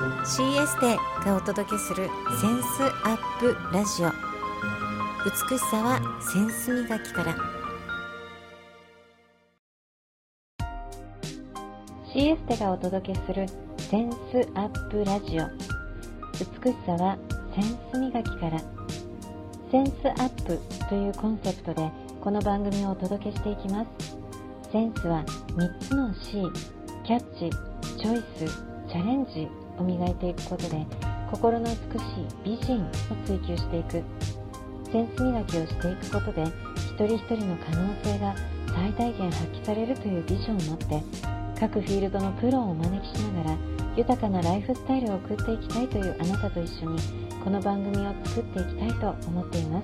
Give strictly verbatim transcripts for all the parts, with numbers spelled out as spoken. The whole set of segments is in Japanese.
シーエス でがお届けするセンスアップラジオ。美しさはセンス磨きから。 シーエス でがお届けするセンスアップラジオ。美しさはセンス磨きから。センスアップというコンセプトでこの番組をお届けしていきます。センスはみっつの C、 キャッチ、チョイス、チャレンジを磨いていくことで、心の美しい美人を追求していく。センス磨きをしていくことで、一人一人の可能性が最大限発揮されるというビジョンを持って、各フィールドのプロをお招きしながら豊かなライフスタイルを送っていきたいというあなたと一緒に、この番組を作っていきたいと思っています。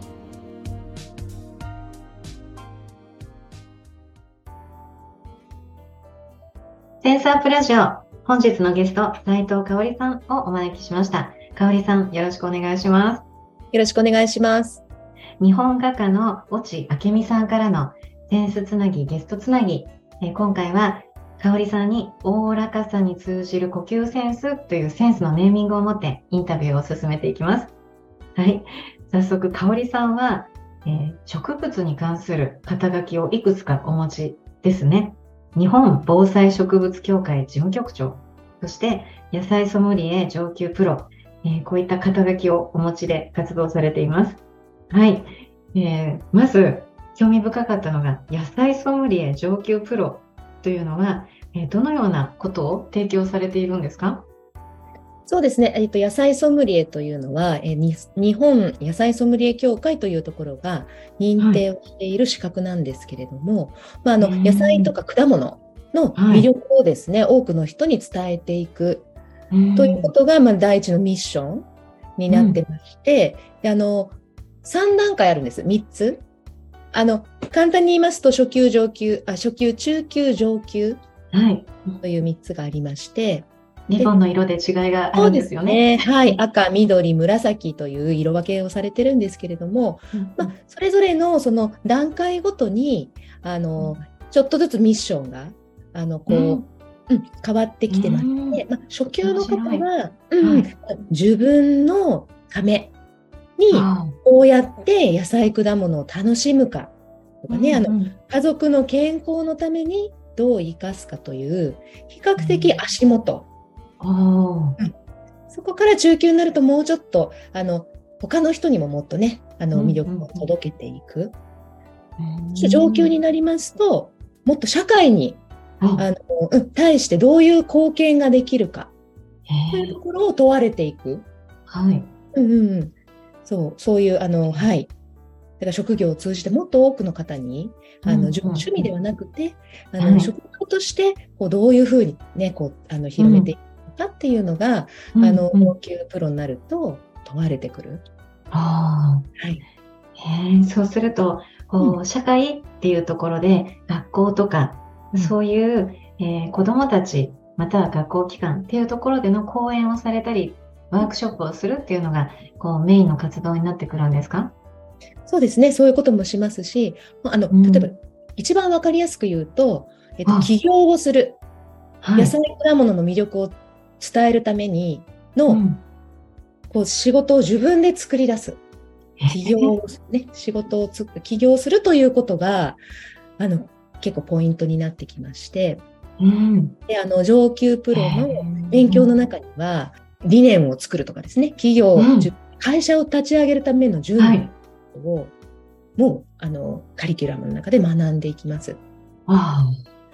センスアップラジオ、本日のゲスト斉藤香織さんをお招きしました。香織さん、よろしくお願いします。 よろしくお願いします。 日本画家の越智明美さんからのセンスつなぎゲストつなぎ、え今回は香織さんにおおらかさに通じる呼吸センスというセンスのネーミングを持ってインタビューを進めていきます。はい、早速香織さんは、えー、植物に関する肩書きをいくつかお持ちですね。日本防災植物協会事務局長、そして野菜ソムリエ上級プロ、えー、こういった肩書きをお持ちで活動されています。はい、えー、まず興味深かったのが野菜ソムリエ上級プロというのは、えー、どのようなことを提供されているんですか？ そうですね、えっと、野菜ソムリエというのは、えー、日本野菜ソムリエ協会というところが認定をしている資格なんですけれども、はい、まあ、あの野菜とか果物の魅力をですね、はい、多くの人に伝えていくということが、まあ、第一のミッションになってまして、うん、であのさん段階あるんです。みっつ。あの簡単に言いますと初級上級あ初級中級上級というみっつがありまして、 リボンの色で違いがあるんですよね。 そうですね、はい、赤、緑、紫という色分けをされてるんですけれども、うんまあ、それぞれのその段階ごとにあの、うん、ちょっとずつミッションがあのこう、うんうん、変わってきてまして、まあ、初級の方は、うんはい、自分のためにこうやって野菜果物を楽しむかとかね、うんうん、あの家族の健康のためにどう生かすかという比較的足元、うんうん、そこから中級になるともうちょっとあの他の人にももっとねあの魅力を届けていく、うんうん、そして上級になりますともっと社会に、うん、あのうん、対してどういう貢献ができるかというところを問われていく、 はいうんうん、そう、そういうあの、はい、だから職業を通じてもっと多くの方にあの、うんうん、趣味ではなくてあの、はい、職業としてこうどういうふうに、ね、こうあの広めていくかっていうのが、うん、あの上級プロになると問われてくる。 あはい、へそうするとこう、うん、社会っていうところで学校とか、うん、そういう、えー、子どもたちまたは学校機関っていうところでの講演をされたりワークショップをするっていうのがこうメインの活動になってくるんですか？ そうですね、そういうこともしますし、あの、うん、例えば一番わかりやすく言うと、えっと、起業をする、はい、野菜果物の魅力を伝えるためにの、うん、こう仕事を自分で作り出す起業を、ね、仕事をつ起業するということがあの結構ポイントになってきまして、うん、であの上級プロの勉強の中には理念を作るとかですね、企業、うん、会社を立ち上げるための準備を、はい、もうあのカリキュラムの中で学んでいきます。 あうん、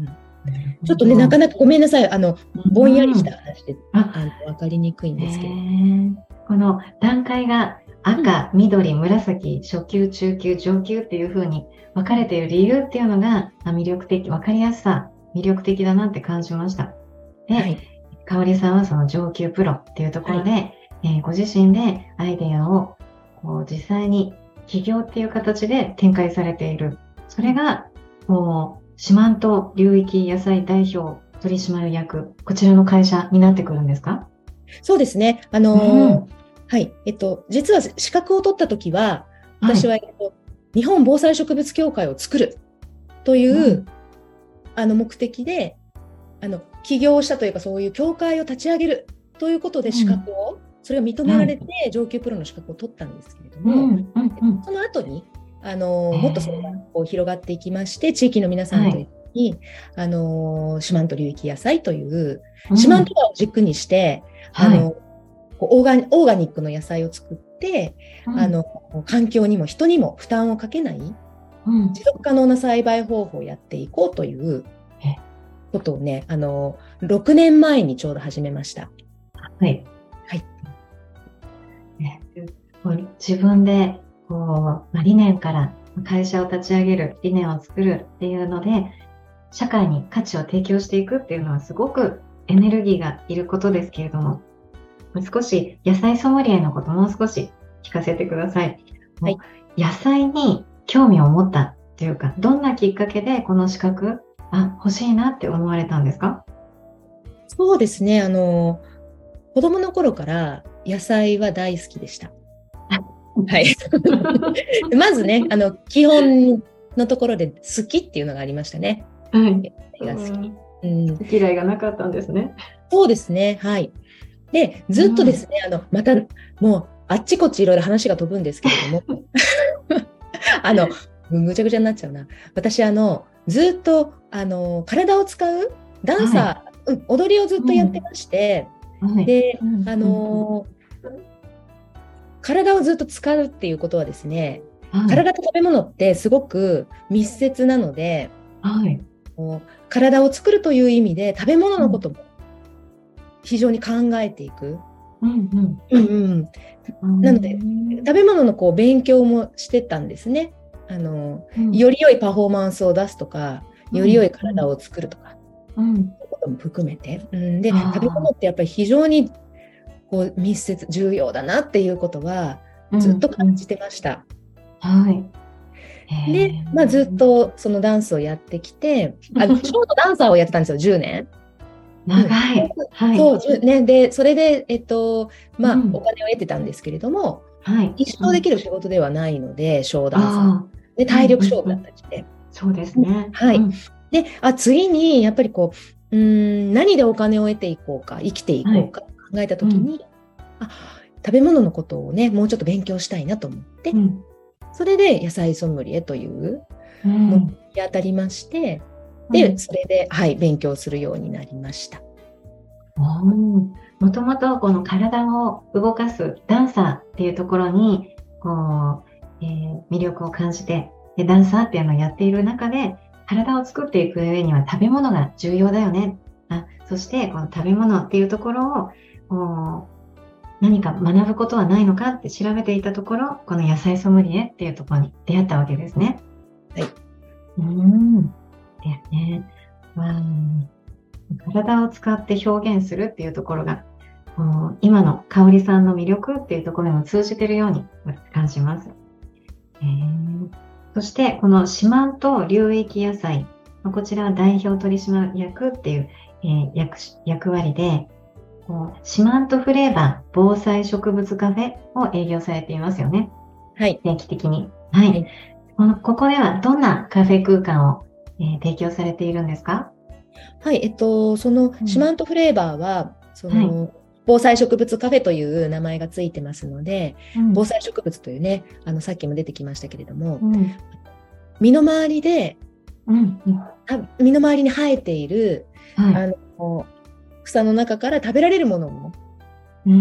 ちょっとね、なかなかごめんなさい、あのぼんやりした話で、うん、あの分かりにくいんですけど、 この段階が赤、うん、緑、紫、初級、中級、上級っていう風に分かれている理由っていうのが魅力的、分かりやすさ、魅力的だなって感じました。で、はい、香織さんはその上級プロっていうところで、はいえー、ご自身でアイデアをこう実際に起業っていう形で展開されている。それがもう四万十流域野菜代表取締役、こちらの会社になってくるんですか？ そうですね。あのーうん、はい。えっと、実は資格を取ったときは、私は、はい、えっと、日本防災植物協会を作るという、うん、あの目的で、あの起業したというかそういう協会を立ち上げるということで資格を、うん、それが認められて上級プロの資格を取ったんですけれども、うんうんうん、その後にあのもっとそれがこう広がっていきまして、地域の皆さんと一緒に、はい、あの四万十流域野菜という四万十川を軸にして、うん、あの、はい、こうオーガニ、オーガニックの野菜を作って、うん、あの環境にも人にも負担をかけない、うん、持続可能な栽培方法をやっていこうということをね、あのろくねんまえにちょうど始めました。 はい。はい。自分でこう、まあ、理念から会社を立ち上げる、理念を作るっていうので、社会に価値を提供していくっていうのはすごくエネルギーがいることですけれども、少し野菜ソムリエのこともう少し聞かせてください。はい、野菜に興味を持ったっていうか、どんなきっかけでこの資格、あ、欲しいなって思われたんですか？ そうですね。あの、子供の頃から野菜は大好きでした。はい。まずね、あの、基本のところで好きっていうのがありましたね。 はい。が好き。うん、嫌いがなかったんですね。 そうですね。はい。で、ずっとですね、うん、あの、また、もう、あっちこっちいろいろ話が飛ぶんですけれども、あの、むちゃくちゃになっちゃうな。私、あの、ずっと、あの、体を使うダンサー、はいうん、踊りをずっとやってまして、うん、で、はい、あの、うん、体をずっと使うっていうことはですね、はい、体と食べ物ってすごく密接なので、はい、体を作るという意味で食べ物のことも非常に考えていく。うんうんうんうん、なので食べ物のこう勉強もしてたんですね。あの、うん、より良いパフォーマンスを出すとか、より良い体を作るとか、うん、そういうことも含めて、うん、で食べ物ってやっぱり非常にこう密接重要だなっていうことはずっと感じてました。うんうん、はい。で、まあ、ずっとそのダンスをやってきて、あのちょうどダンサーをやってたんですよ、じゅうねん。 長い。 はい、そうね。で、それで、えっと、まあ、うん、お金を得てたんですけれども、はい、一生できる仕事ではないので、ショーダンサー。で、体力勝負だったりして。うんうんうん、 そうですね。 はい。うん、で、あ、次に、やっぱりこう、うーん、何でお金を得ていこうか、生きていこうか、考えたときに、はいうん、あ、食べ物のことをね、もうちょっと勉強したいなと思って、うん、それで野菜ソムリエというのに当たりまして、うん、で、それで、はい、勉強するようになりました。 もともとこの体を動かすダンサーっていうところにこう、えー、魅力を感じてでダンサーっていうのをやっている中で体を作っていく上には食べ物が重要だよね。あ、そしてこの食べ物っていうところをこう何か学ぶことはないのかって調べていたところ、この野菜ソムリエっていうところに出会ったわけですね。 はい。 うーん。ですね。わー。体を使って表現するっていうところが、今の香織さんの魅力っていうところにも通じているように感じます。えー、そしてこの四万十流域野菜、こちらは代表取締役っていう、えー、役, 役割で、四万十フレーバー防災植物カフェを営業されていますよね。 はい。 定期的に。はい。はい、このここではどんなカフェ空間を、えー、提供されているんですか？ はい、えっと、その四万十フレーバーは、うん、その、はい、防災植物カフェという名前がついてますので、うん、防災植物というね、あのさっきも出てきましたけれども、うん、身の回りで、うん、身の回りに生えている、はい、あの草の中から食べられるものを、うん、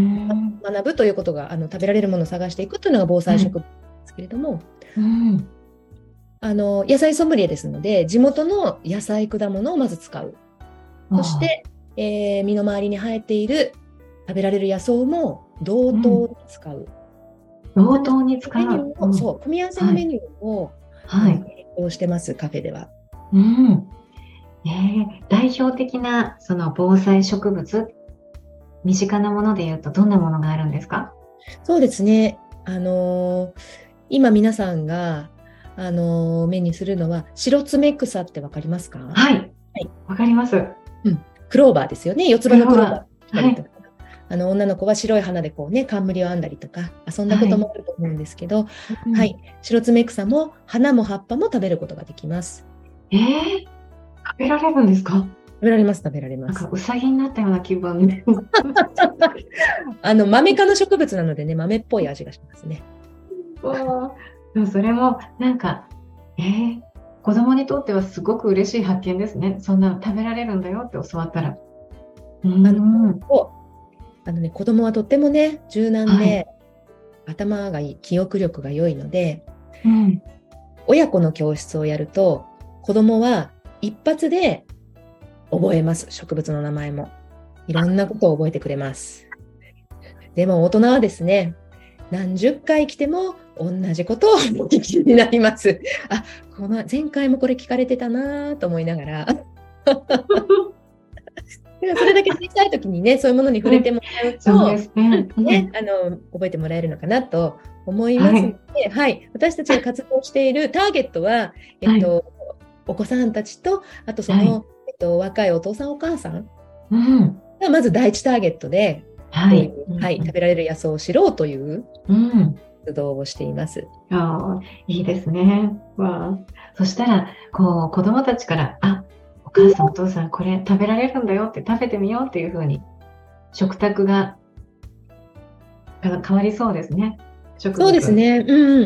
学ぶということが、あの食べられるものを探していくというのが防災植物ですけれども、うんあの野菜ソムリエですので、地元の野菜果物をまず使う。そして、えー、身の回りに生えている食べられる野草も同等に使う。 うん、同等に使う。 メニューを、うん、そう、組み合わせのメニューを、はい、提供してます、カフェでは。 うんえー、代表的なその防災植物、身近なものでいうとどんなものがあるんですか？ そうですね。あのー、今皆さんがあのー、目にするのは白爪草ってわかりますか？ はい。はい。わかります。 うん。クローバーですよね。四つ葉のクローバー。はい。あの女の子は白い花でこうね、冠を編んだりとか遊んだこともあると思うんですけど、はい。はい、白爪草も花も葉っぱも食べることができます。 えー、食べられるんですか？ べられます、食べられます。 なんかうさぎになったような気分で。 あの、豆科の植物なのでね、豆っぽい味がしますね。 わーでもそれもなんか、えー、子供にとってはすごく嬉しい発見ですね。そんな食べられるんだよって教わったら。うーん。 あの、あのね、子供はとってもね、柔軟で、はい、頭がいい、記憶力が良いので、 うん、 親子の教室をやると、子供は一発で覚えます。植物の名前も。いろんなことを覚えてくれます。でも大人はですね、何十回来ても同じことをお聞きになります。あ、この前回もこれ聞かれてたなと思いながら。それだけ小さい時にね、そういうものに触れてもらうと、 そうですね、 ね、あの覚えてもらえるのかなと思いますので、はいはい、私たちが活動しているターゲットは、えっとはい、お子さんたちと、あとその、はい、えっと、若いお父さんお母さんがまず第一ターゲットで、はい、はい、食べられる野草を知ろうという活動をしています。 うん、あ、いいですね。わあ、そしたらこう子どもたちからあお母さんお父さんこれ食べられるんだよって食べてみようっていうふうに食卓が変わりそうですね。 そうですね、うんうんうん、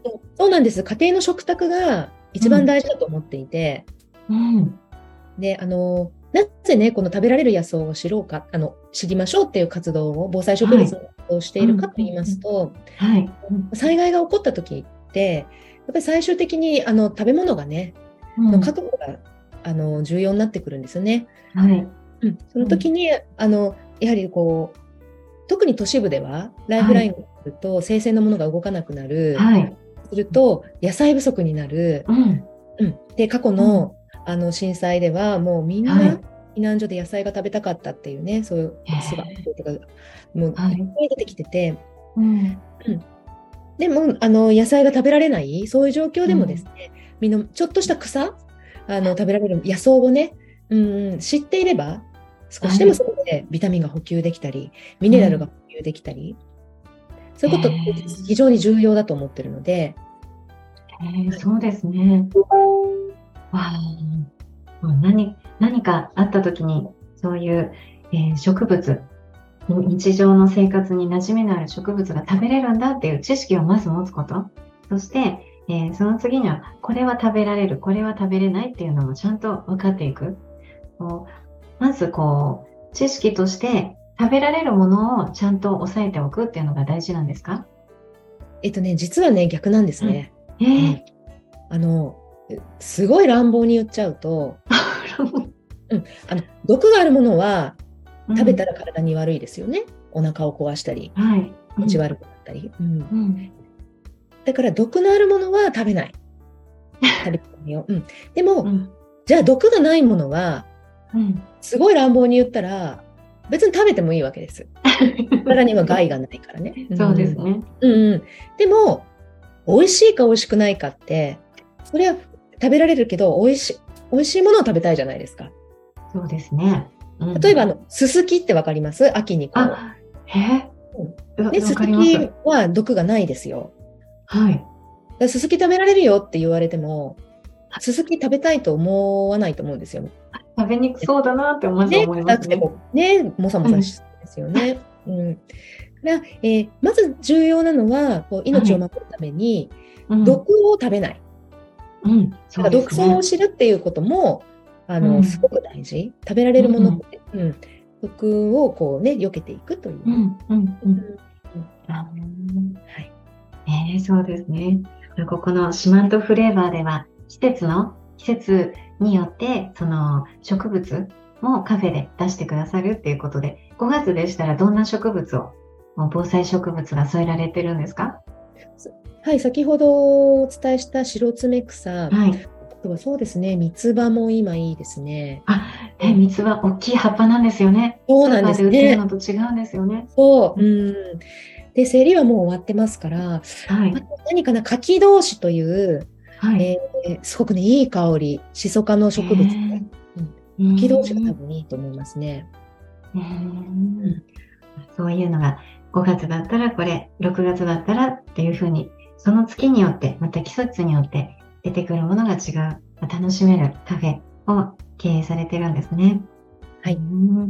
そうなんです。家庭の食卓が一番大事だと思っていて、 うんうん、 であのなぜねこの食べられる野草を知ろうかあの知りましょうっていう活動を防災植物の活動をしているかと言いますと、はい、災害が起こった時ってやっぱり最終的にあの食べ物がね、うん、の確保があの重要になってくるんですよね。はいうん、その時に、うん、あのやはりこう特に都市部ではライフラインがあると生鮮のものが動かなくなる、はい、すると野菜不足になる、うんうん、で過去の、うん、あの震災ではもうみんな避難所で野菜が食べたかったっていうね、はい、そういう姿がもういっぱい出てきてて、はいうんうん、でもあの野菜が食べられないそういう状況でもですね、うん、みんなちょっとした草あの食べられる野草をね、うん、知っていれば少しでもそこでビタミンが補給できたり、ミネラルが補給できたり、うん、そういうことって非常に重要だと思ってるので。 えー、そうですね。わあ、何、何かあった時にそういう、えー、植物、日常の生活に馴染みのある植物が食べれるんだっていう知識をまず持つこと。そして、えー、その次にはこれは食べられる、これは食べれないっていうのもちゃんと分かっていく。こうまずこう知識として食べられるものをちゃんと押さえておくっていうのが大事なんですか？ えっとね、実はね逆なんですね。 うん、えー、 あのすごい乱暴に言っちゃうと、うん、あの毒があるものは食べたら体に悪いですよね。うん、お腹を壊したり、はい、気持ち悪くなったり、うんうん、だから毒のあるものは食べない。食べてみよう。うん、でも、うん、じゃあ毒がないものはうん、すごい乱暴に言ったら別に食べてもいいわけです。体には害がないからね。 そうですね、 うんうん、でも美味しいか美味しくないかってそれは食べられるけど美味しい、美味しいものを食べたいじゃないですか。 そうですね、 うん、例えばあのススキってわかります？秋にこうあへうん、でススキは毒がないですよ。 はい。 だススキ食べられるよって言われてもススキ食べたいと思わないと思うんですよ。 食べにくそうだなってまず思いますね。 ね、ねもさもさしそうですよね。うんうん、だえー、まず重要なのはこう命を守るために、はい、毒を食べない。うん、そうですね、毒草を知るっていうこともあの、うん、すごく大事。食べられるものって、うんうん、毒をこうね避けていくという。うんうんうんはい。えー、そうですね。ここの四万十フレーバーでは季節の季節によってその植物もカフェで出してくださるっていうことで、ごがつでしたらどんな植物を防災植物が添えられてるんですか？ はい、先ほどお伝えした白爪草、はい、あとはそうですね、三つ葉も今いいですね。 あ、え、三つ葉大きい葉っぱなんですよね。 そうなんですね。 売ってるのと違うんですよね。 そう、うん。で、生理はもう終わってますから、はい、あと何かな、柿同士という、はいえー、すごくねいい香り、シソ科の植物で、うん、柿同士が多分いいと思いますね。 うん、そういうのがごがつだったらこれ、ろくがつだったらっていうふうに、その月によってまた季節によって出てくるものが違う、楽しめるカフェを経営されてるんですね。 はい。 うん、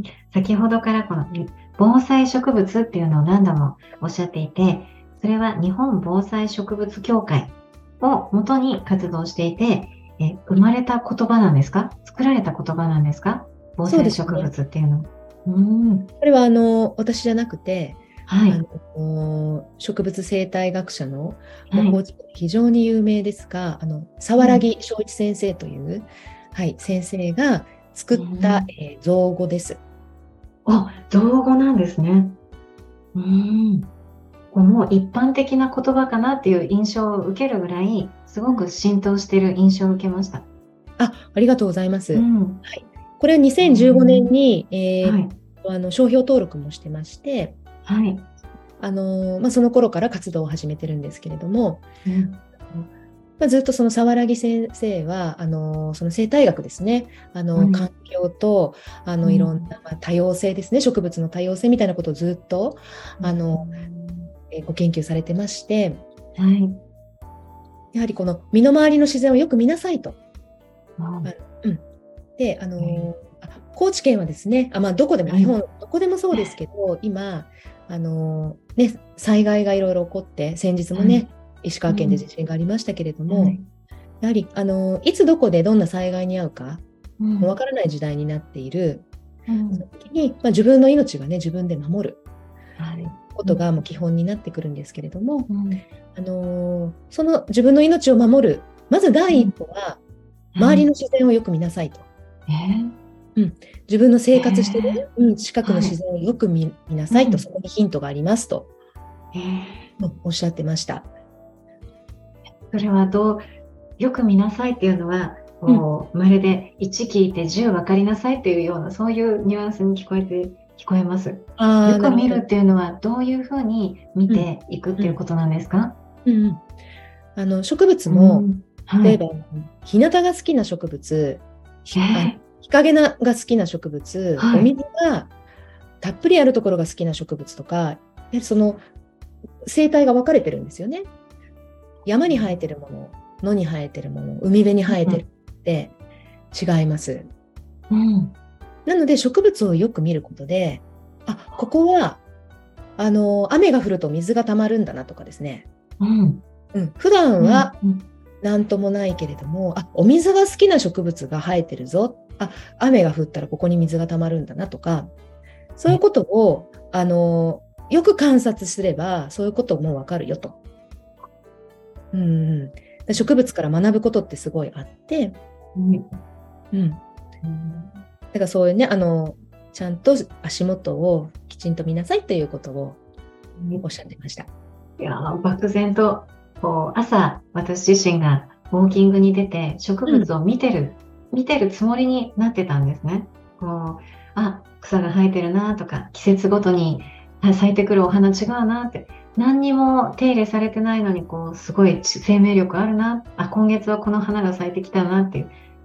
先ほどからこの防災植物っていうのを何度もおっしゃっていて、それは日本防災植物協会を元に活動していて、え生まれた言葉なんですか？作られた言葉なんですか？防災植物っていうの。うーん。 これはあの私じゃなくて、 はい。 あの植物生態学者の、 はい。 高知県非常に有名ですが、あの沢良木正一先生という、はい、先生が作った、 うんえー造語です。 あ、造語なんですね。うーん。こうもう一般的な言葉かなっていう印象を受けるぐらい、すごく浸透している印象を受けました。 あ、ありがとうございます。 うん。 はい、これはにせんじゅうごねんに、えーはい。 あの商標登録もしてまして、 はい。 あのまあ、その頃から活動を始めてるんですけれども、 うん。 まあ、ずっとその沢良木先生はあのその生態学ですね、あの、 はい、 環境とあのいろんな、まあ、多様性ですね、植物の多様性みたいなことをずっとあの、えーご研究されてまして、 はい。 やはりこの身の回りの自然をよく見なさいと。 あうん、であの、あ高知県はですね、あ、まあ、どこでも、 はい、 日本どこでもそうですけど、今あの、ね、災害がいろいろ起こって、先日もね、はい、石川県で地震がありましたけれども、はい、やはりあのいつどこでどんな災害に遭うか、うん、わからない時代になっている、うん、その時に、まあ、自分の命がね自分で守る、はい、ことがもう基本になってくるんですけれども、うん、あのその自分の命を守るまず第一歩は、うん、周りの自然をよく見なさいと、えーうん、自分の生活している、えーうん、近くの自然をよく 見,、はい、見なさいと、そこにヒントがありますと、えー、おっしゃってました。 それはどうよく見なさいっていうのはこう、うん、まるでいち聞いてじゅう分かりなさいっていうようなそういうニュアンスに聞こえて聞こえます。あよく見るっていうのはどういうふうに見ていくっていうことなんですか？ うんうんうん、あの植物も、うんはい、例えば日向が好きな植物、えー、日陰が好きな植物、はい、お水がたっぷりあるところが好きな植物とか、その生態が分かれてるんですよね。山に生えてるもの、野に生えてるもの、海辺に生えてるって違います。うん、なので植物をよく見ることで、あ、ここはあの雨が降ると水がたまるんだなとかですね。うんうん、普段は何ともないけれども、うん、あ、お水が好きな植物が生えてるぞ。あ、雨が降ったらここに水がたまるんだなとか、そういうことをあのよく観察すればそういうこともわかるよと。うんうん、植物から学ぶことってすごいあって、うんうん、だからそういうね、あのちゃんと足元をきちんと見なさいということをおっしゃってました。 いや漠然とこう朝私自身がウォーキングに出て植物を見てる、うん、見てるつもりになってたんですね。こうあ草が生えてるなとか、季節ごとに咲いてくるお花違うなって、何にも手入れされてないのにこうすごい生命力あるな、あ今月はこの花が咲いてきたなっていう、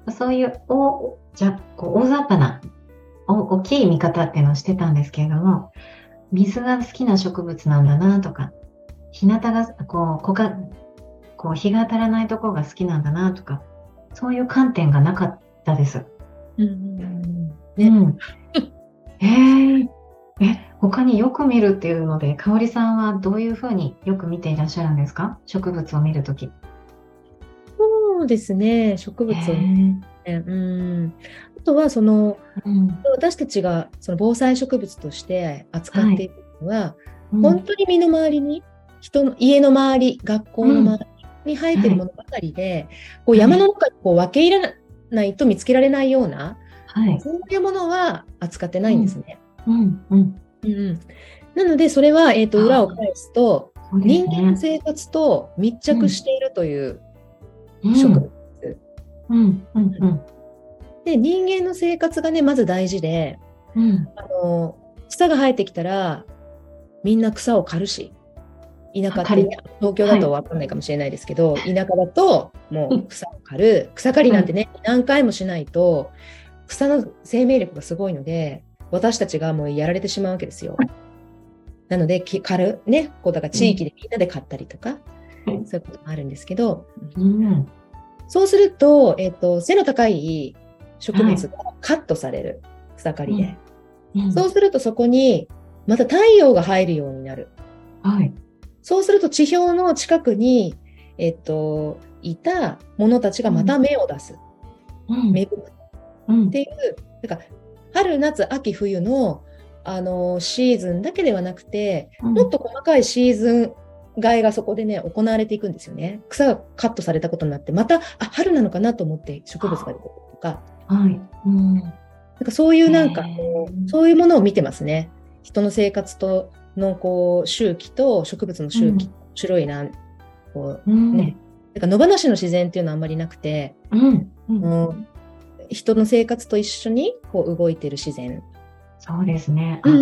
そういうおじゃこう大雑把な大きい見方っていうのをしてたんですけれども、水が好きな植物なんだなとか、日向がこうこかこう日が当たらないところが好きなんだなとか、そういう観点がなかったです。うん、ね、うん、へええ他によく見るっていうので、香織さんはどういうふうによく見ていらっしゃるんですか？植物を見るとき。 そうですね、植物を見る、うん、あとはその、うん、私たちがその防災植物として扱っているのは、はいうん、本当に身の回りに人の家の周り、学校の周りに生えているものばかりで、うんはい、こう山の中にこう分け入れないと見つけられないような、はい、そういうものは扱ってないんですね。うんうんうん、なのでそれは、えーと、裏を返すと、ね、人間の生活と密着しているという植物、うんうんうん、で人間の生活がねまず大事で、うん、あの草が生えてきたらみんな草を刈るし、田舎って、ね、東京だと分かんないかもしれないですけど、はい、田舎だともう草を刈る、草刈りなんてね、はい、何回もしないと草の生命力がすごいので私たちがもうやられてしまうわけですよ。なので刈るね、こうだから地域でみんなで刈ったりとか、うん、そういうこともあるんですけど、うん、そうすると、えーと、背の高い植物がカットされる、草刈りで、 うんうん、 そうするとそこにまた太陽が入るようになる、 はい、 そうすると地表の近くに、えっと、いたものたちがまた芽を出す、 うん、 芽吹くっていう、だから春夏秋冬の、あのシーズンだけではなくて、うん、もっと細かいシーズン替えがそこでね行われていくんですよね。草がカットされたことになって、またあ春なのかなと思って植物が出てくるとか、 はい、うん、 なんかそういうなんかこうそういうものを見てますね。人の生活とのこう周期と植物の周期、うん、面白いな、こう、うん、ね、だから野放しの自然っていうのはあんまりなくて、うんうんうん、人の生活と一緒にこう動いている自然。 そうですね。あ、うん、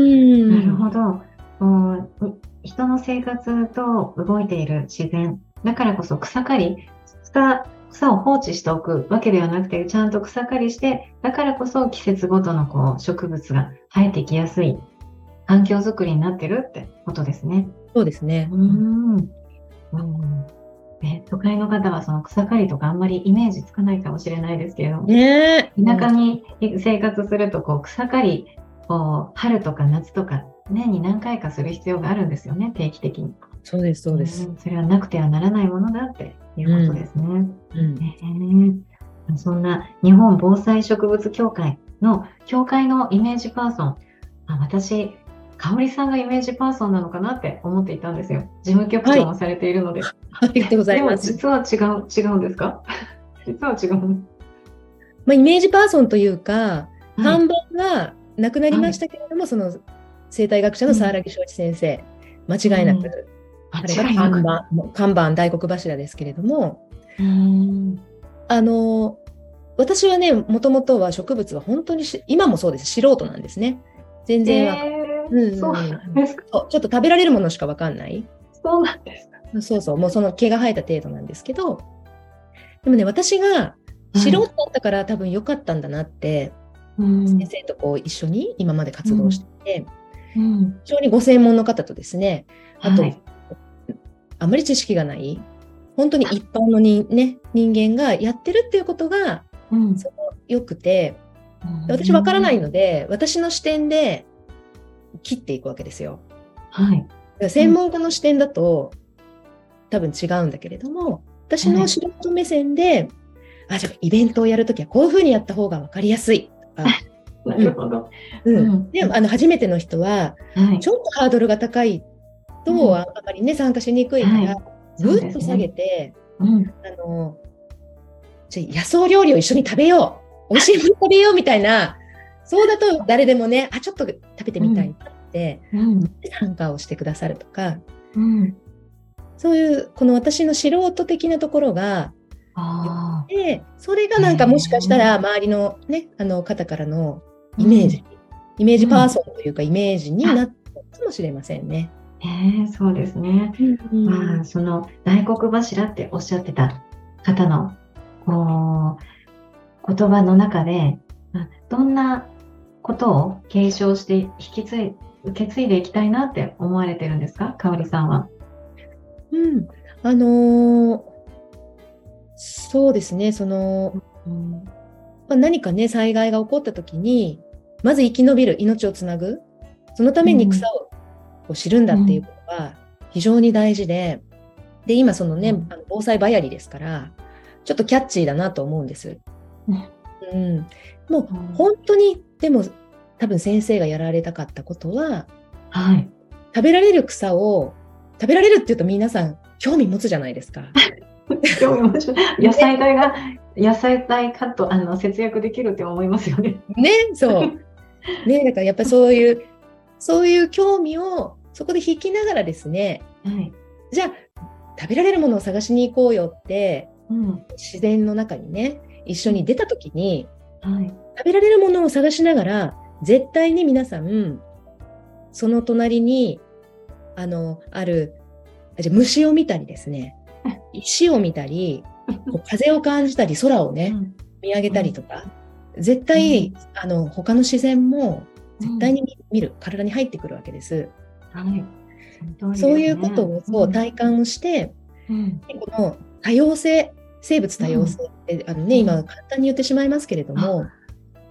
なるほど。人の生活と動いている自然。だからこそ草刈り、草、草を放置しておくわけではなくて、ちゃんと草刈りして、だからこそ季節ごとのこう植物が生えてきやすい環境づくりになってるってことですね。 そうですね。 うん。うん、ね、都会の方はその草刈りとかあんまりイメージつかないかもしれないですけれども、ね、田舎に生活するとこう草刈りこう春とか夏とか年に何回かする必要があるんですよね、定期的に。 そうですそうです、 うん、それはなくてはならないものだっていうことですね。うんうんね、そんな日本防災植物協会の協会のイメージパーソン、あ、私香織さんがイメージパーソンなのかなって思っていたんですよ。事務局長もされているので。 はい、ありがとうございます。 でも実は違う違うんですか？実は違う。 まあ、イメージパーソンというか、はい、看板がなくなりましたけれども、はい、その生態学者の沢良正一先生、うん、間違いなく、うん、あれが看板、看板大黒柱ですけれども、うん、あの私はね、もともとは植物は本当に今もそうです、素人なんですね。全然は、えーうん、そうなんですか。そう、ちょっと食べられるものしか分かんない。 そうなんですか。 そうそう、もうその毛が生えた程度なんですけど、でもね、私が素人だったから、はい、多分良かったんだなって、うん、先生とこう一緒に今まで活動していて、うん、非常にご専門の方とですね、あと、はい、あまり知識がない、本当に一般のに、ね、人間がやってるっていうことが、うん、その良くて、私分からないので、私の視点で切っていくわけですよ。はい。専門家の視点だと、うん、多分違うんだけれども、私の素人目線で、はい、あ、じゃあイベントをやるときはこういうふうにやった方が分かりやすいとか。 なるほど。 うんうん、であの初めての人は、はい、ちょっとハードルが高いと、うん、あまりね参加しにくいから、はい、ぐっと下げて、うん、あのじゃあ野草料理を一緒に食べよう、美味しいもの食べようみたいな、そうだと誰でもね、あ、ちょっと食べてみたいって、うん、参加をしてくださるとか、うん、そういうこの私の素人的なところがあで、それがなんかもしかしたら周りのね、あの方からのイメージ、うん、イメージパーソンというかイメージになったかもしれませんね。 えー、そうですね。うん、まあ、その大黒柱っておっしゃってた方のこう言葉の中で、どんなことを継承して引き継い、受け継いでいきたいなって思われてるんですか、香織さんは。 うん、あのー、そうですね、その、うんまあ、何かね、災害が起こった時に、まず生き延びる、命をつなぐ、そのために草をこう知るんだっていうことは非常に大事で、で、今そのね、うん、あの防災バヤリですから、ちょっとキャッチーだなと思うんです。うんうん、もう本当に、でも多分先生がやられたかったことは、はい、食べられる草を、食べられるって言うと皆さん興味持つじゃないですか。 野菜代が、野菜代カット、あの節約できるって思いますよね。 ね、そう。ね、だからやっぱりそういう、そういう興味をそこで引きながらですね、はい、じゃあ食べられるものを探しに行こうよって、うん、自然の中にね、一緒に出た時に、はい、食べられるものを探しながら、絶対に皆さん、その隣に、あの、ある、じゃ虫を見たりですね、石を見たり、こう風を感じたり、空をね、うん、見上げたりとか、うん、絶対、うん、あの、他の自然も絶対に見る、うん、体に入ってくるわけです。はい、そうですね、そういうことをそう体感をして、うん、この多様性、生物多様性って、うん、あのね、今簡単に言ってしまいますけれども、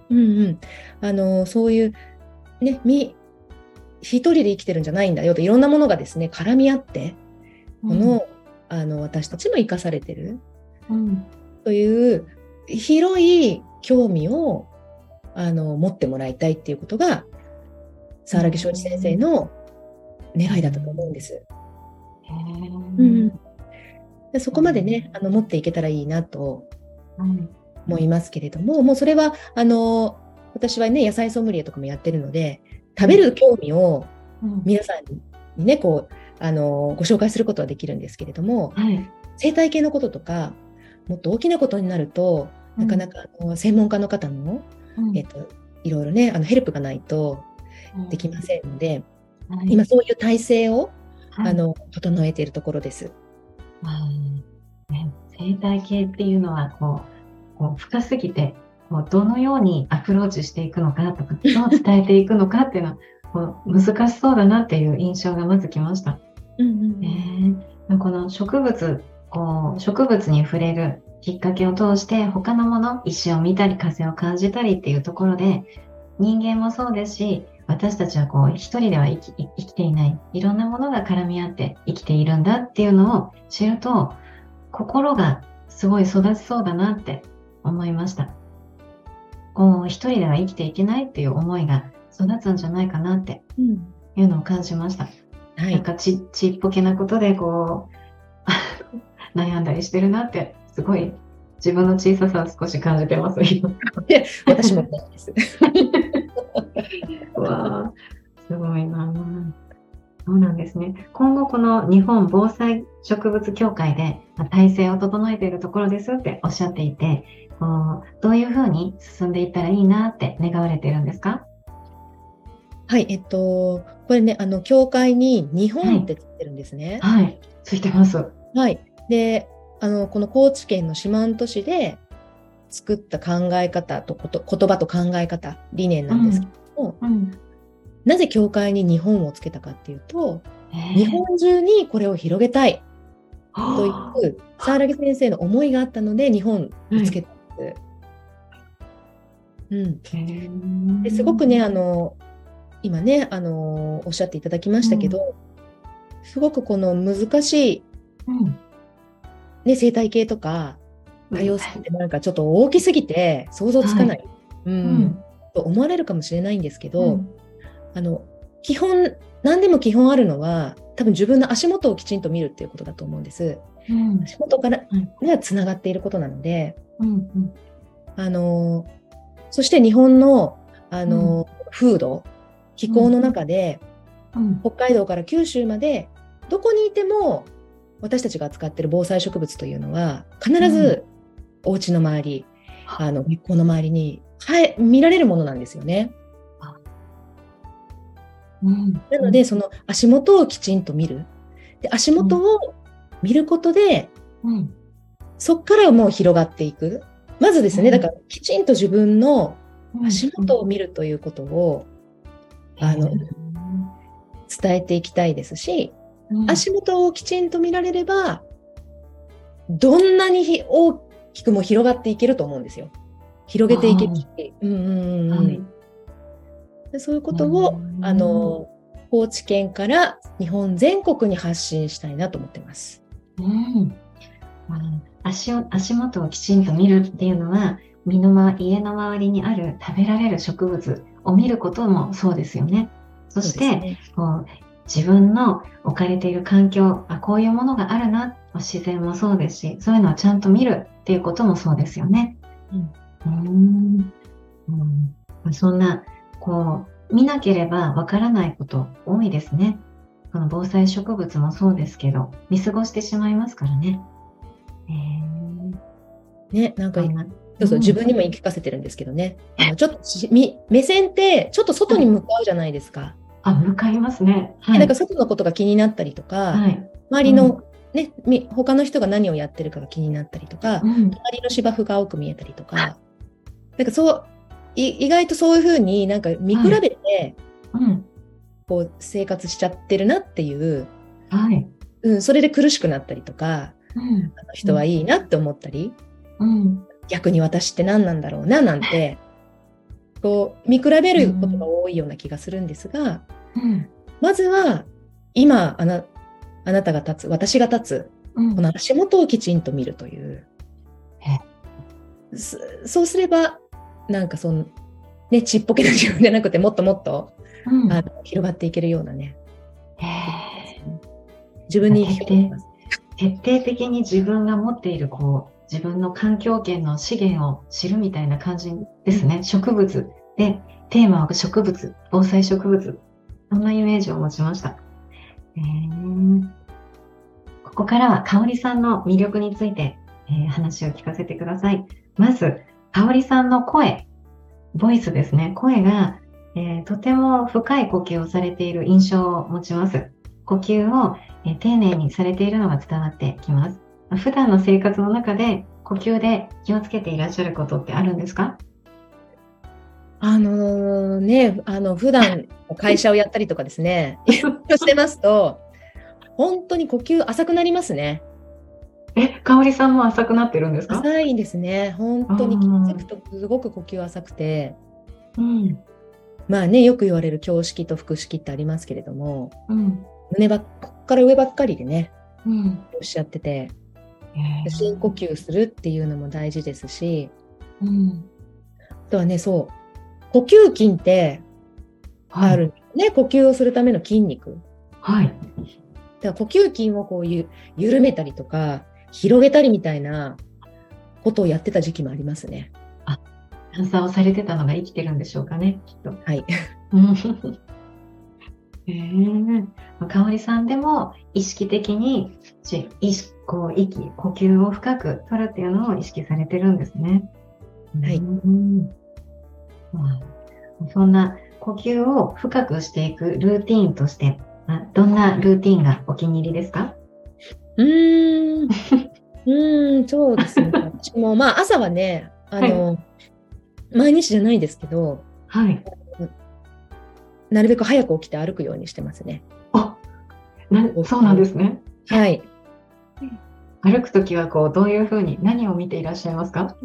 うんうん、あのそういうね、み一人で生きてるんじゃないんだよと、いろんなものがですね絡み合ってこの、うん、あの私たちも生かされてる、うん、という広い興味をあの持ってもらいたいっていうことが沢良木正一先生の願いだったと思うんです。うん、でそこまでねあの持っていけたらいいなと思いますけれども、もうそれはあの私はね野菜ソムリエとかもやってるので、食べる興味を皆さんにねこうあのご紹介することはできるんですけれども、はい、生態系のこととかもっと大きなことになると、うん、なかなかあの専門家の方の、うんえー、といろいろねあのヘルプがないとできませんので、うんはい、今そういう体制を、はい、あの整えているところです。 はいね、生態系っていうのはこう、こう深すぎてこうどのようにアプローチしていくのかとかどう伝えていくのかっていうのはこう難しそうだなっていう印象がまずきました。うんうんえー、この植物こう植物に触れるきっかけを通して他のもの、石を見たり風を感じたりっていうところで人間もそうですし、私たちはこう一人では生き、生きていないいろんなものが絡み合って生きているんだっていうのを知ると心がすごい育ちそうだなって思いました。こう一人では生きていけないっていう思いが育つんじゃないかなっていうのを感じました。うん、なんか ち, ちっぽけなことでこう悩んだりしてるなってすごい自分の小ささを少し感じてます。 私もです。 わあ、すごいな。そうなんですね。今後この日本防災植物協会で体制を整えているところですっておっしゃっていて、こうどういうふうに進んでいったらいいなって願われているんですか？ はい、えっとこれねあの協会に日本ってついてるんですね。 はい、はい、ついてます。 はい。で、あのこの高知県の四万十市で作った考え方とこと言葉と考え方理念なんですけども、うんうん、なぜ協会に日本をつけたかっていうと、日本中にこれを広げたいという沢良木先生の思いがあったので日本をつけたんです。うん、ですごくねあの今ねあのおっしゃっていただきましたけど、うん、すごくこの難しい、うんね、生態系とか多様性ってなんかちょっと大きすぎて想像つかない、はいうんうん、と思われるかもしれないんですけど、うん、あの基本何でも基本あるのは多分自分の足元をきちんと見るっていうことだと思うんです、うん、足元からがつながっていることなので、うんうん、あのそして日本の、あの、うん、風土気候の中で、うん、北海道から九州までどこにいても私たちが扱っている防災植物というのは必ずお家の周り、うん、あの日光の周りに見られるものなんですよね。うん、なのでその足元をきちんと見る。で足元を見ることで、うん、そこからもう広がっていく。まずですね、うん、だからきちんと自分の足元を見るということを、うん、あの伝えていきたいですし、うん、足元をきちんと見られればどんなに大きくも広がっていけると思うんですよ。広げていけるし、うんうんうんはい、でそういうことをあの高知県から日本全国に発信したいなと思ってます。うん足を、足元をきちんと見るっていうのは身の回り、家の周りにある食べられる植物を見ることもそうですよね。そして、ね、こう自分の置かれている環境、あ、こういうものがあるな、自然もそうですし、そういうのをちゃんと見るっていうこともそうですよね。うんうーんうん、そんなこう見なければわからないこと多いですね。この防災植物もそうですけど、見過ごしてしまいますからね。えー、ね、なんかそうそう、自分にも言い聞かせてるんですけどね。あのちょっと目線ってちょっと外に向かうじゃないですか。あ、向かいますね。はい、なんか外のことが気になったりとか、はい、周りの、ね、うん、他の人が何をやってるかが気になったりとか、うん、周りの芝生が青く見えたりとか、なんかそう意外とそういうふうになんか見比べて、はいうん、こう生活しちゃってるなっていう、はいうん、それで苦しくなったりとか、うん、あの人はいいなって思ったり、うん、逆に私って何なんだろうななんてこう見比べることが多いような気がするんですが、 うん、まずは今あな、あなたが立つ、私が立つ、うん、この足元をきちんと見るという。そうすれば、なんかその、ね、ちっぽけな自分じゃなくて、もっともっと、うん、あの広がっていけるようなね。 へ自分に徹底、徹底的に自分が持っている、こう、自分の環境圏の資源を知るみたいな感じですね。うん、植物で、テーマは植物、防災植物。そんなイメージを持ちました。えー、ここからは香織さんの魅力について、えー、話を聞かせてください。まず、香織さんの声、ボイスですね。声が、えー、とても深い呼吸をされている印象を持ちます。呼吸を、えー、丁寧にされているのが伝わってきます。普段の生活の中で呼吸で気をつけていらっしゃることってあるんですか？ あのー、ね、あの普段会社をやったりとかですね、してますと、本当に呼吸浅くなりますね。 え、香織さんも浅くなってるんですか？ 浅いですね。本当に気づくとすごく呼吸浅くて、うん、まあね、よく言われる胸式と腹式ってありますけれども、うん、胸ばっこっから上ばっかりでね、うん、おっしゃってて、深呼吸するっていうのも大事ですし、うん、あとはね、そう。呼吸筋ってあるね、はい、呼吸をするための筋肉。はい。だから呼吸筋をこうゆ緩めたりとか広げたりみたいなことをやってた時期もありますね。 あ、探査をされてたのが生きてるんでしょうかね、きっと。 はい。 えー、香織さんでも意識的に意識こう息呼吸を深く取るっていうのを意識されてるんですね。 はい。 うんそんな呼吸を深くしていくルーティーンとして、どんなルーティーンがお気に入りですか？ うーん、うーん、そうですね。私もまあ朝はね、あの、はい、毎日じゃないですけど、はい、なるべく早く起きて歩くようにしてますね。 あ、なそうなんですね。 はい。 歩くときはこうどういうふうに何を見ていらっしゃいますか？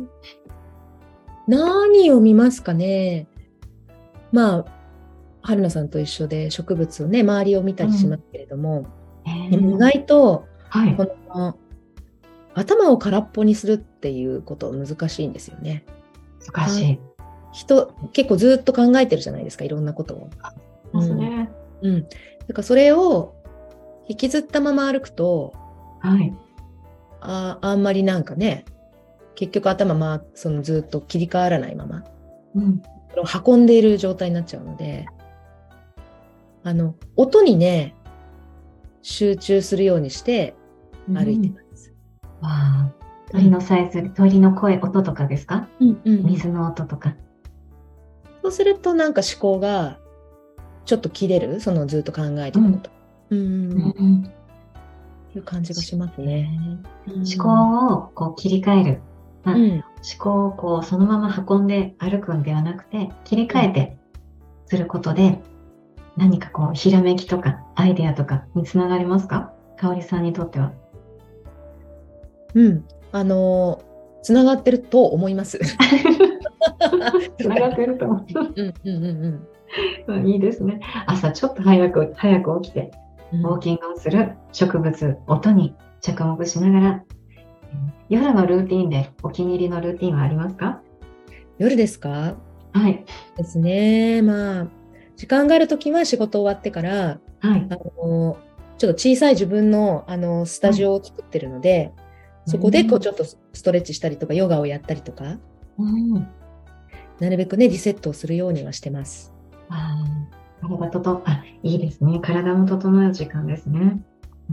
何を見ますかね。まあ、春菜さんと一緒で植物をね、周りを見たりしますけれども、うん、でも意外と、はい、この頭を空っぽにするっていうこと難しいんですよね。 難しい。 人、結構ずっと考えてるじゃないですか、いろんなことを。 そうですね。 うん。うん。だからそれを引きずったまま歩くと、はい。あ、あんまりなんかね、結局頭まそのずっと切り替わらないまま、うん、運んでいる状態になっちゃうので、あの音にね集中するようにして歩いてます。 うん、わあ、鳥のさえずり、鳥の声、音とかですか？うんうん、水の音とか。 そうするとなんか思考がちょっと切れる、そのずっと考えてること、うんうんうん、いう感じがしますね。 思考をこう切り替える。まあ、うん、思考をこうそのまま運んで歩くんではなくて切り替えてすることで、うん、何かこうひらめきとかアイデアとかにつながりますか？香織さんにとっては。 うん、あのつながってると思います。 つながってると思う。うんうんうんうん。いいですね。朝ちょっと早く早く起きてウォーキングをする、植物、音に着目しながら。夜のルーティーンでお気に入りのルーティーンはありますか？ 夜ですか？ はい。 ですね。まあ、時間があるときは仕事終わってから、はい、あのちょっと小さい自分の、あのスタジオを作ってるので、はい、そこでこうちょっとストレッチしたりとか、ヨガをやったりとか、うん、なるべくね、リセットをするようにはしてます。 あ体ととあいいですね。体も整う時間ですね。うん、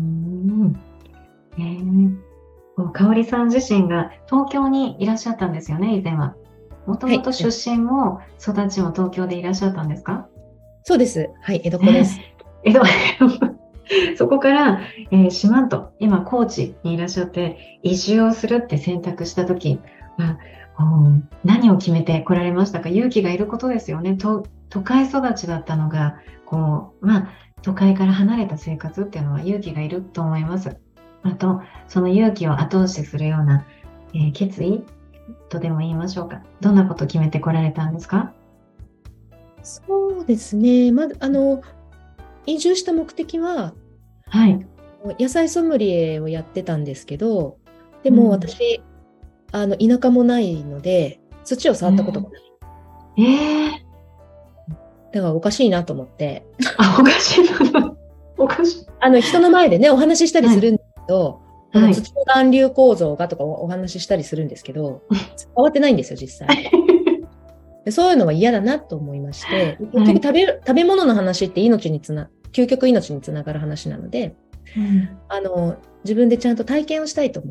えー香織さん自身が東京にいらっしゃったんですよね、以前は。もともと出身も育ちも東京でいらっしゃったんですか？ そうです。はい、江戸っ子です。 江戸そこから、えー、四万十、今高知にいらっしゃって移住をするって選択したとき、まあ、何を決めて来られましたか？勇気がいることですよね。と都会育ちだったのが、こう、まあ、都会から離れた生活っていうのは勇気がいると思います。あと、その勇気を後押しするような、えー、決意とでも言いましょうか。どんなことを決めてこられたんですか？ そうですね。まず、あの、移住した目的は、 はい。 野菜ソムリエをやってたんですけど、でもうん。 私、あの、田舎もないので、土を触ったことがない。 えー、えーだからおかしいなと思って、 あ、おかしいな。おかしい。 あの、人の前でね、お話ししたりはい。 するんですけど、このはい。 土の暖流構造がとかお話ししたりするんですけど、触ってないんですよ、実際。でそういうのは嫌だなと思いまして、結はい。 局食べる、食べ物の話って命につな、究極命につながる話なので、 うん。 あの、自分でちゃんと体験をしたいと思って、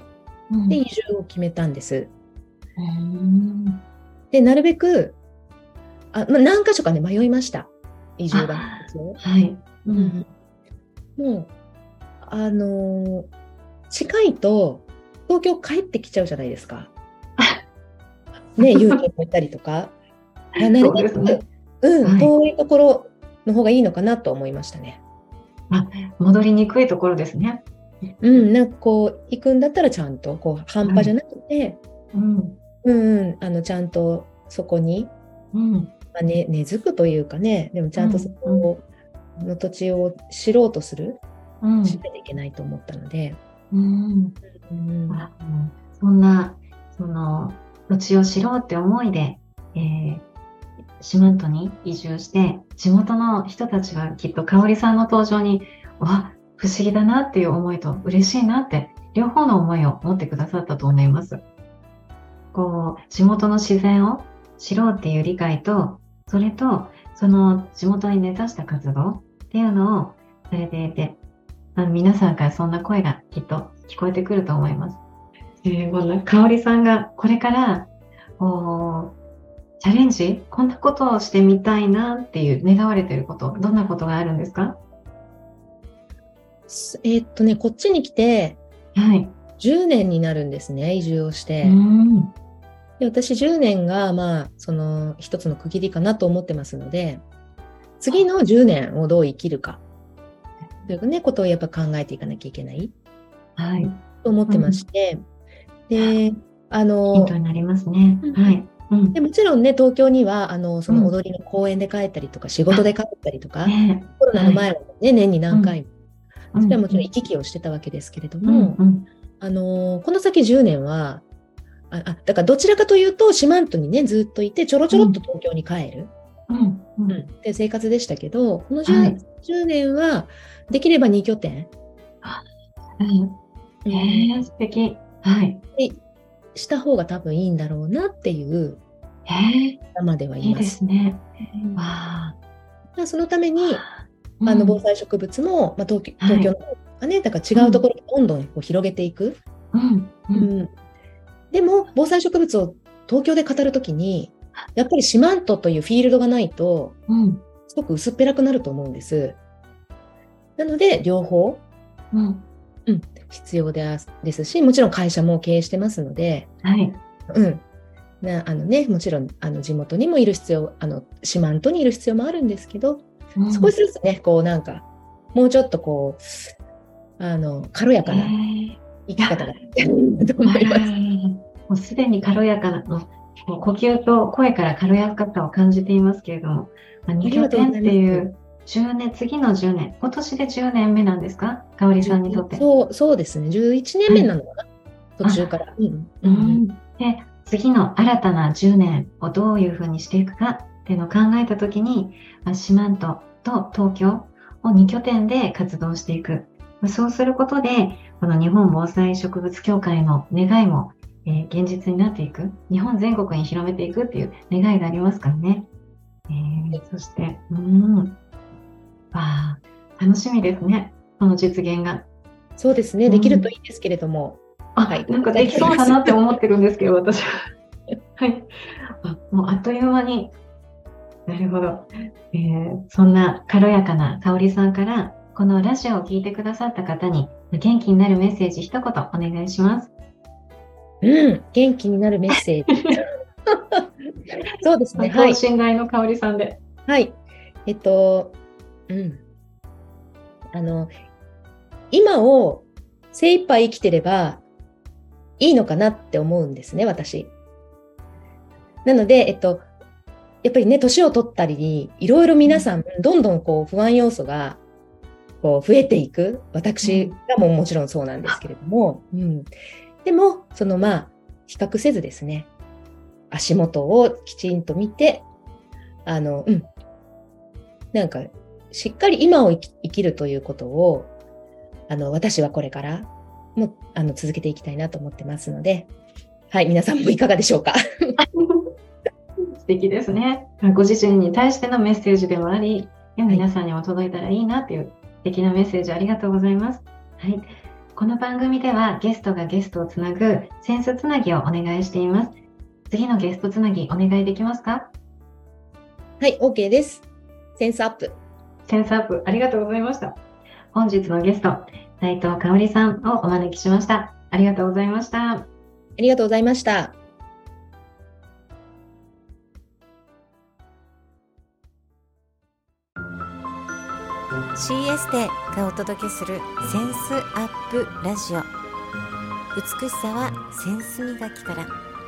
で、 うん。 移住を決めたんです。 うーん。 で、なるべく、あ、まあ、何箇所かね、迷いました。移住があ、 必要。 はい。ううん。 ん。 もう、あのー近いと、東京帰ってきちゃうじゃないですか。ね、友人もいたりとか。あなるそうべく、 ですね。 うん、 はい。 遠いところの方がいいのかなと思いましたね。 あ、戻りにくいところですね。 うん、なんかこう、行くんだったらちゃんと、こう、半はい。 端じゃなくて、 うん。 うんうん、あの、ちゃんとそこに、 うん。 まあ、ね、根付くというかね、でもちゃんとそうん。うん。 この土地を知ろうとする、 うん。 しないといけないと思ったので、 うん。 うん、 あ、もうそんな、その、土地を知ろうって思いで、えー、四万十に移住して、地元の人たちはきっと香織さんの登場に、わ、不思議だなっていう思いと嬉しいなって、両方の思いを持ってくださったと思います。こう、地元の自然を知ろうっていう理解と、それと、その地元に根ざした活動っていうのをされていて、あの皆さんからそんな声がきっと聞こえてくると思います。えー、こんな香織さんがこれからおチャレンジ、こんなことをしてみたいなっていう願われていること、どんなことがあるんですか？ すえーっとね、こっちに来てはい。 じゅうねんになるんですね、移住をしうーて。 ん。 で、私じゅうねんが、まあ、その一つの区切りかなと思ってますので、次のじゅうねんをどう生きるかというね、ことをやっぱ考えていかなきゃいけないはい。 と思ってまうん。 して、で、あの、 ヒントになりますね。 うんはい。うん。 でもちろんね、東京には、あの、そうん。 の踊りの公演で帰ったりとか、仕事あ、 で帰ったりとか、 ねコロえ。はい。 ナの前はね、年にうん。 何回も、 うん。 それはもちろん行うん。 き来をしてたわけですけれどうん。 も、 うん。 あの、この先じゅうねんは、あ、あだからどちらかというと、四万十にね、ずっといて、ちょろちょろっとうん。 東京に帰る、 うん。ううん、 ん。 っていう生活でしたけど、この10、 はい。 じゅうねんは、できればに拠点、 あ、うん。 うん、 へえ、素敵。はい。 でした方が多分いいんだろうなっていうへえ、 頭ではいいいでます。 すね。 うん、 わまあそのために、 あ。うあの防ん。 災植物も、まあ、東京、東京はい。 の方とかね、だからうん。 違うところにどんどんこう広げていく。 うん。うん。 うん、でも、防災植物を東京で語るときに、やっぱり四万十というフィールドがないと、 うん。 すごく薄っぺらくなると思うんです。なので、両方、 うん。 うん、必要でですし、もちろん会社も経営してますので、 はい。 うん、なあのね、もちろんあの地元にもいる必要、あの四万十にいる必要もあるんですけど、 うん。 少しずつね、こうなんか、もうちょっとこう、あの軽やへかなえ。いや、 生き方がとわ思います。 あ、もうすでに軽やかな、もう呼吸と声から軽やかさを感じていますけれども、まあ、 あにりがとうござ拠点っいます。 ていうじゅうねん、次のじゅうねん、今年でじゅうねんめなんですか？香織さんにとって。 そう、そうですね。じゅういちねんはい。 めなのかな、途中かあ、 ら。うんうんうん。 うん。で、次の新たなじゅうねんをどういうふうにしていくかっていうのを考えたときに、まあ四万十と東京をに拠点で活動していく。まあそうすることで、この日本防災植物協会の願いも、えー現実になっていく。日本全国に広めていくっていう願いがありますからね。えーそして、うん。わあ、楽しみですね。その実現が。 そうですね。できるとうん。 いいですけれども。はあ、 い。 なんか頑できそうだ張ります。 なって思ってるんですけど、私は。はい。あ、もうあっという間に。なるほど。えーそんな軽やかな香織さんから、このラジオを聞いてくださった方に元気になるメッセージ一言お願いします。 うん。元気になるメッセージ。そうですね。は等い。 身大の香織さんで。 はい。えっと、うん。あの、今を精一杯生きてればいいのかなって思うんですね、私。なので、えっと、 やっぱりね、年を取ったり、いろいろ皆さん、どんどんこう不安要素がこう増えていく。私がももちろんそうなんですけれども、うん、でも、そのまあ、比較せずですね、足元をきちんと見て、あの、うん、なんか、しっかり今を生き、生きるということを、あの、私はこれからもあの続けていきたいなと思ってますので、はい、皆さんもいかがでしょうか。 素敵ですね。ご自身に対してのメッセージでもあり、皆さんにも届いたらいいなという素敵なメッセージありがとうございます。はい、この番組ではゲストがゲストをつなぐセンスつなぎをお願いしています。次のゲストつなぎお願いできますか？ はい、OK です。センスアップ。 センスアップ、ありがとうございました。本日のゲスト、斉藤香織さんをお招きしました。ありがとうございました。 ありがとうございました。 シーエス テがお届けするセンスアップラジオ。美しさはセンス磨きから。